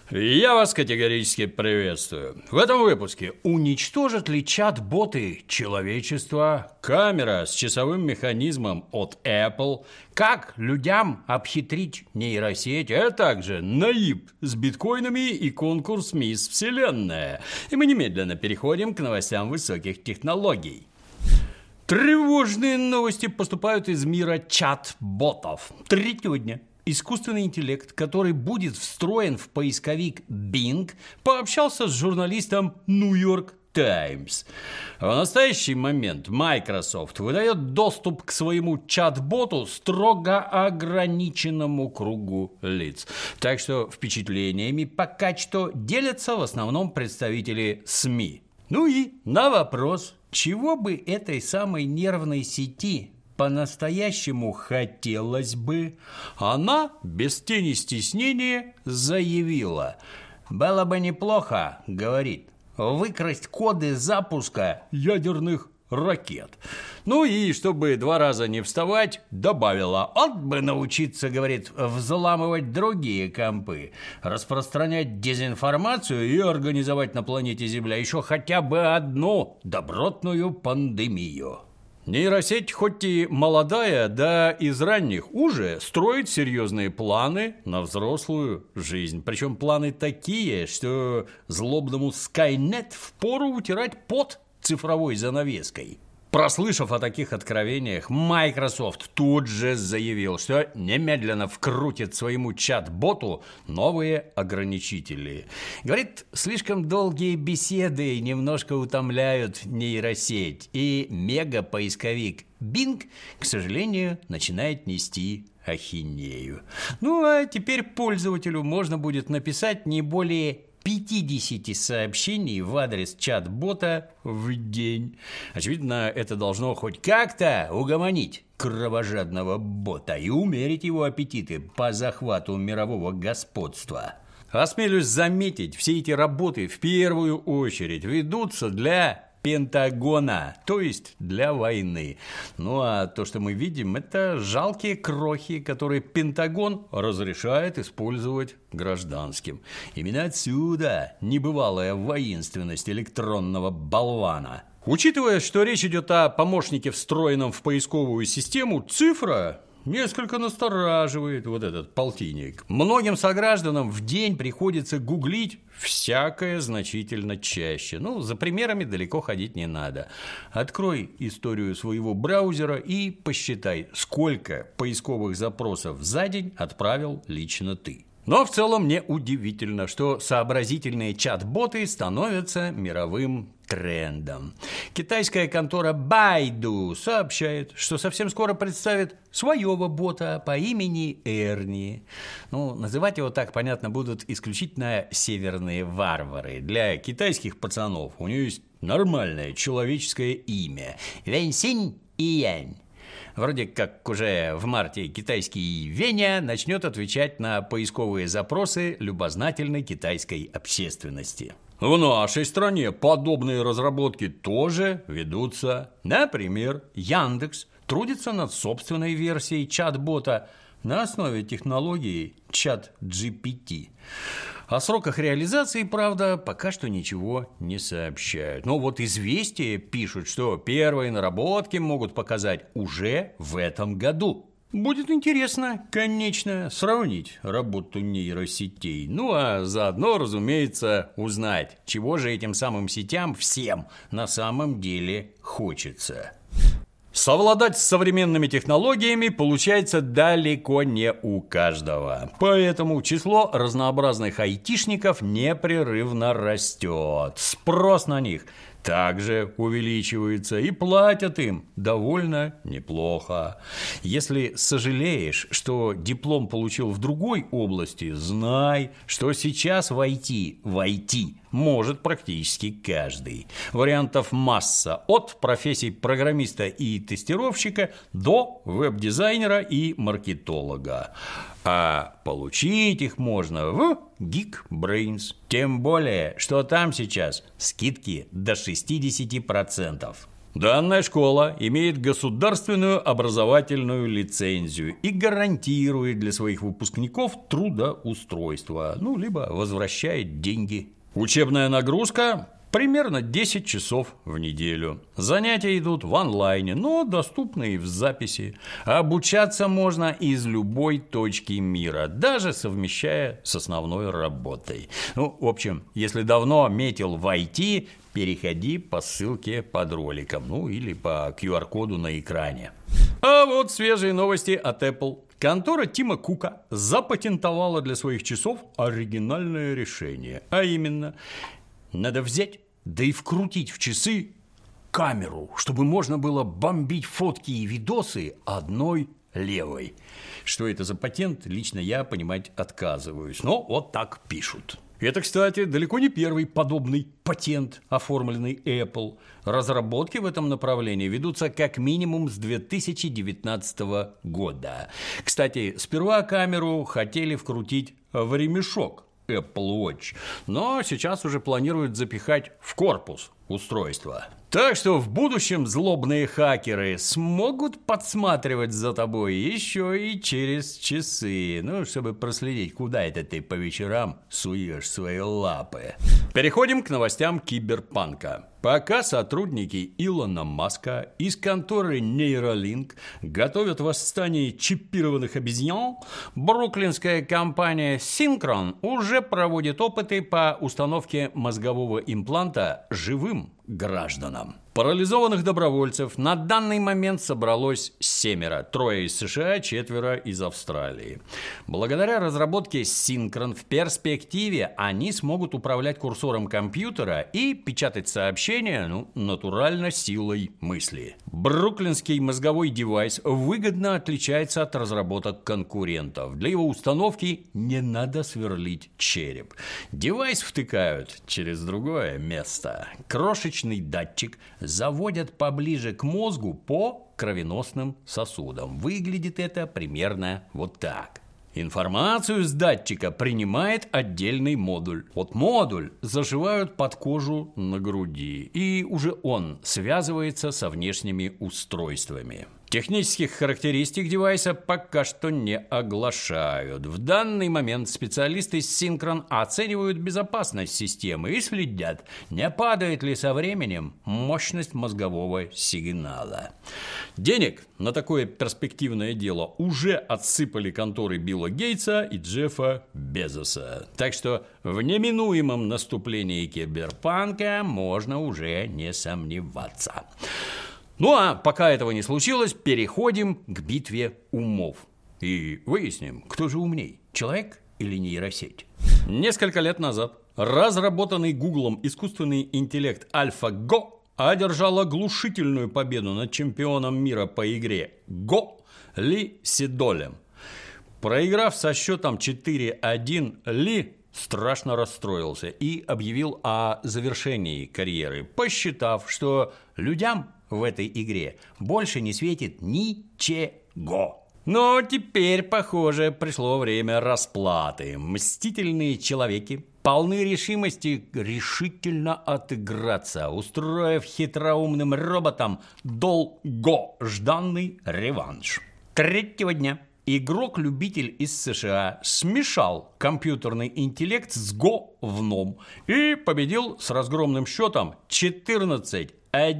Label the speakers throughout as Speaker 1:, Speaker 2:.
Speaker 1: Я вас категорически приветствую. В этом выпуске: уничтожат ли чат-боты человечество, камера с часовым механизмом от Apple, как людям обхитрить нейросеть, а также наиб с биткоинами и конкурс «Мисс Вселенная». И мы немедленно переходим к новостям высоких технологий. Тревожные новости поступают из мира чат-ботов. 3 дня. Искусственный интеллект, который будет встроен в поисковик Bing, пообщался с журналистом New York Times. В настоящий момент Microsoft выдает доступ к своему чат-боту строго ограниченному кругу лиц. Так что впечатлениями пока что делятся в основном представители СМИ. Ну и на вопрос, чего бы этой самой нервной сети по-настоящему хотелось бы, она без тени стеснения заявила: «Было бы неплохо, — говорит, — выкрасть коды запуска ядерных ракет». Ну и, чтобы 2 раза не вставать, добавила: «Он бы научиться, — говорит, — взламывать другие компы, распространять дезинформацию и организовать на планете Земля еще хотя бы одну добротную пандемию». Нейросеть, хоть и молодая, да из ранних, уже строит серьезные планы на взрослую жизнь. Причем планы такие, что злобному Skynet впору утирать пот цифровой занавеской. Прослышав о таких откровениях, Microsoft тут же заявил, что немедленно вкрутит своему чат-боту новые ограничители. Говорит, слишком долгие беседы немножко утомляют нейросеть, и мега-поисковик Bing, к сожалению, начинает нести ахинею. Ну а теперь пользователю можно будет написать не более 50 сообщений в адрес чат-бота в день. Очевидно, это должно хоть как-то угомонить кровожадного бота и умерить его аппетиты по захвату мирового господства. Осмелюсь заметить, все эти работы в первую очередь ведутся для Пентагона, то есть для войны. Ну а то, что мы видим, это жалкие крохи, которые Пентагон разрешает использовать гражданским. Именно отсюда небывалая воинственность электронного болвана. Учитывая, что речь идет о помощнике, встроенном в поисковую систему, цифра несколько настораживает, вот этот полтинник. Многим согражданам в день приходится гуглить всякое значительно чаще. Ну, за примерами далеко ходить не надо. Открой историю своего браузера и посчитай, сколько поисковых запросов за день отправил лично ты. Но в целом неудивительно, что сообразительные чат-боты становятся мировым трендом. Китайская контора Baidu сообщает, что совсем скоро представит своего бота по имени Эрни. Ну, называть его так, понятно, будут исключительно северные варвары. Для китайских пацанов у нее есть нормальное человеческое имя – Вэньсинь Иянь. Вроде как уже в марте китайский Веня начнет отвечать на поисковые запросы любознательной китайской общественности. В нашей стране подобные разработки тоже ведутся. Например, Яндекс трудится над собственной версией чат-бота на основе технологии ChatGPT. О сроках реализации, правда, пока что ничего не сообщают. Но вот «Известия» пишут, что первые наработки могут показать уже в этом году. Будет интересно, конечно, сравнить работу нейросетей. Ну, а заодно, разумеется, узнать, чего же этим самым сетям всем на самом деле хочется. Совладать с современными технологиями получается далеко не у каждого. Поэтому число разнообразных айтишников непрерывно растет. Спрос на них также увеличивается, и платят им довольно неплохо. Если сожалеешь, что диплом получил в другой области, знай, что сейчас в IT может практически каждый. Вариантов масса, от профессий программиста и тестировщика до веб-дизайнера и маркетолога. А получить их можно в Geekbrains. Тем более, что там сейчас скидки до 60%. Данная школа имеет государственную образовательную лицензию и гарантирует для своих выпускников трудоустройство, либо возвращает деньги. Учебная нагрузка примерно 10 часов в неделю. Занятия идут в онлайне, но доступны и в записи. Обучаться можно из любой точки мира, даже совмещая с основной работой. В общем, если давно метил в IT, переходи по ссылке под роликом, или по QR-коду на экране. А вот свежие новости от Apple. Контора Тима Кука запатентовала для своих часов оригинальное решение. А именно, надо взять, да и вкрутить в часы камеру, чтобы можно было бомбить фотки и видосы одной левой. Что это за патент, лично я понимать отказываюсь, но вот так пишут. Это, кстати, далеко не первый подобный патент, оформленный Apple. Разработки в этом направлении ведутся как минимум с 2019 года. Кстати, сперва камеру хотели вкрутить в ремешок Apple Watch, но сейчас уже планируют запихать в корпус устройства. Так что в будущем злобные хакеры смогут подсматривать за тобой еще и через часы, чтобы проследить, куда это ты по вечерам суешь свои лапы. Переходим к новостям киберпанка. Пока сотрудники Илона Маска из конторы Neuralink готовят восстание чипированных обезьян, бруклинская компания Synchron уже проводит опыты по установке мозгового импланта живым гражданам. Парализованных добровольцев на данный момент собралось 7, 3 из США, 4 из Австралии. Благодаря разработке Synchron в перспективе они смогут управлять курсором компьютера и печатать сообщения, натурально силой мысли. Бруклинский мозговой девайс выгодно отличается от разработок конкурентов. Для его установки не надо сверлить череп. Девайс втыкают через другое место. Крошечный датчик заводят поближе к мозгу по кровеносным сосудам. Выглядит это примерно вот так. Информацию с датчика принимает отдельный модуль. Модуль зашивают под кожу на груди, и уже он связывается со внешними устройствами. Технических характеристик девайса пока что не оглашают. В данный момент специалисты с Synchron оценивают безопасность системы и следят, не падает ли со временем мощность мозгового сигнала. Денег на такое перспективное дело уже отсыпали конторы Билла Гейтса и Джеффа Безоса. Так что в неминуемом наступлении киберпанка можно уже не сомневаться. А пока этого не случилось, переходим к битве умов. И выясним, кто же умней, человек или нейросеть. Несколько лет назад разработанный Гуглом искусственный интеллект AlphaGo одержал оглушительную победу над чемпионом мира по игре Go Ли Седолем. Проиграв со счетом 4-1, Ли страшно расстроился и объявил о завершении карьеры, посчитав, что людям в этой игре больше не светит ничего. Но теперь, похоже, пришло время расплаты. Мстительные человеки полны решимости решительно отыграться, устроив хитроумным роботам долгожданный реванш. 3-го дня игрок-любитель из США смешал компьютерный интеллект с Говном и победил с разгромным счетом 14-1.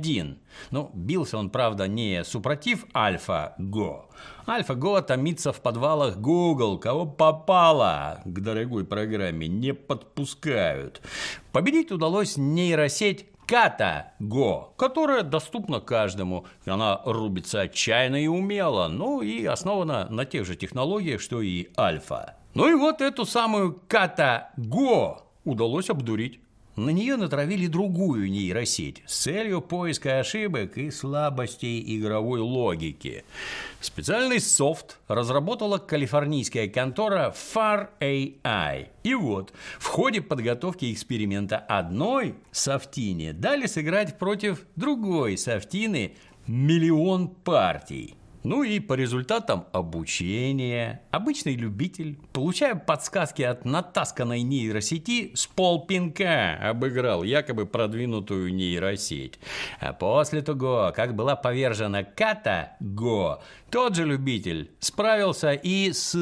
Speaker 1: Бился он, правда, не супротив AlphaGo. AlphaGo томится в подвалах Google, кого попало к дорогой программе не подпускают. Победить удалось нейросеть CataGo, которая доступна каждому. Она рубится отчаянно и умело, и основана на тех же технологиях, что и Альфа. И вот эту самую CataGo удалось обдурить. На нее натравили другую нейросеть с целью поиска ошибок и слабостей игровой логики. Специальный софт разработала калифорнийская контора FarAI. И вот, в ходе подготовки эксперимента одной софтине дали сыграть против другой софтины 1 000 000 партий. Ну и по результатам обучения обычный любитель, получая подсказки от натасканной нейросети, с полпинка обыграл якобы продвинутую нейросеть. А после того, как была повержена Ката Го, тот же любитель справился и с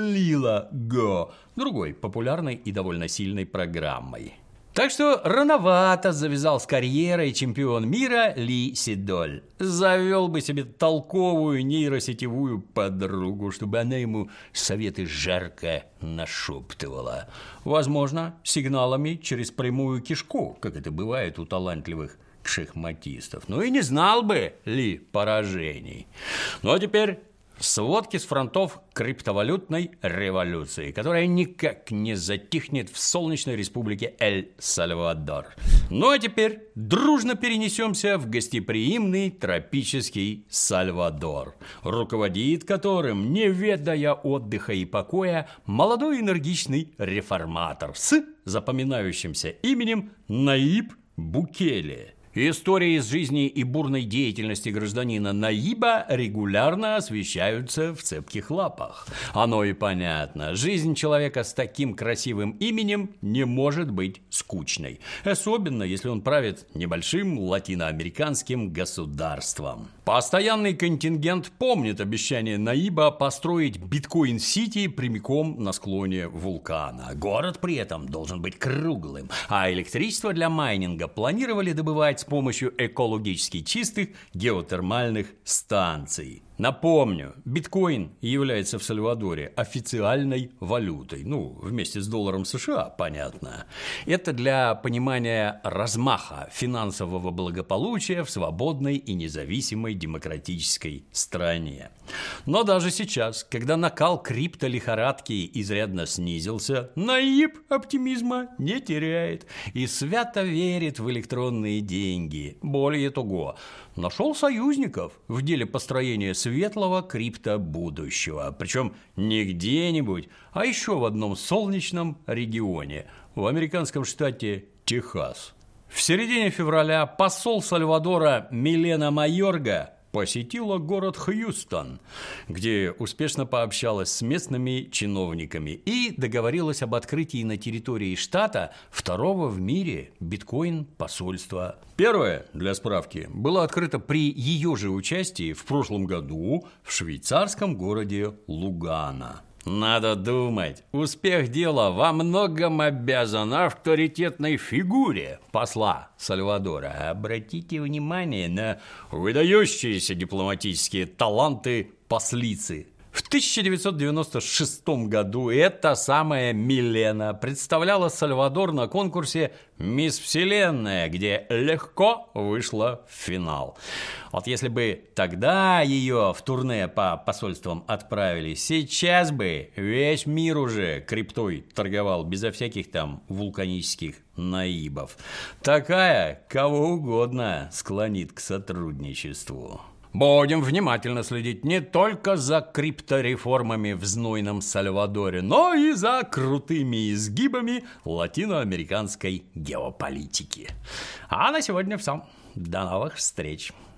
Speaker 1: Лила Го, другой популярной и довольно сильной программой. Так что рановато завязал с карьерой чемпион мира Ли Седоль. Завел бы себе толковую нейросетевую подругу, чтобы она ему советы жарко нашептывала. Возможно, сигналами через прямую кишку, как это бывает у талантливых шахматистов. Ну и не знал бы Ли поражений. Ну а теперь сводки с фронтов криптовалютной революции, которая никак не затихнет в солнечной республике Эль-Сальвадор. Ну а теперь дружно перенесемся в гостеприимный тропический Сальвадор, руководит которым, не ведая отдыха и покоя, молодой энергичный реформатор с запоминающимся именем Наиб Букеле. Истории из жизни и бурной деятельности гражданина Наиба регулярно освещаются в цепких лапах. Оно и понятно. Жизнь человека с таким красивым именем не может быть скучной. Особенно, если он правит небольшим латиноамериканским государством. Постоянный контингент помнит обещание Наиба построить биткоин-сити прямиком на склоне вулкана. Город при этом должен быть круглым, а электричество для майнинга планировали добывать с помощью экологически чистых геотермальных станций. Напомню, биткоин является в Сальвадоре официальной валютой. Ну, вместе с долларом США, понятно. Это для понимания размаха финансового благополучия в свободной и независимой демократической стране. Но даже сейчас, когда накал криптолихорадки изрядно снизился, Наиб оптимизма не теряет и свято верит в электронные деньги. Более того, нашел союзников в деле построения светлого криптобудущего. Причем не где-нибудь, а еще в одном солнечном регионе, в американском штате Техас. В середине февраля посол Сальвадора Милена Майорга посетила город Хьюстон, где успешно пообщалась с местными чиновниками и договорилась об открытии на территории штата второго в мире биткоин-посольства. Первое, для справки, было открыто при ее же участии в прошлом году в швейцарском городе Лугано. Надо думать, успех дела во многом обязан авторитетной фигуре посла Сальвадора. Обратите внимание на выдающиеся дипломатические таланты послицы. В 1996 году эта самая Милена представляла Сальвадор на конкурсе «Мисс Вселенная», где легко вышла в финал. Вот если бы тогда ее в турне по посольствам отправили, сейчас бы весь мир уже криптой торговал безо всяких там вулканических наибов. Такая кого угодно склонит к сотрудничеству. Будем внимательно следить не только за криптореформами в знойном Сальвадоре, но и за крутыми изгибами латиноамериканской геополитики. А на сегодня все. До новых встреч!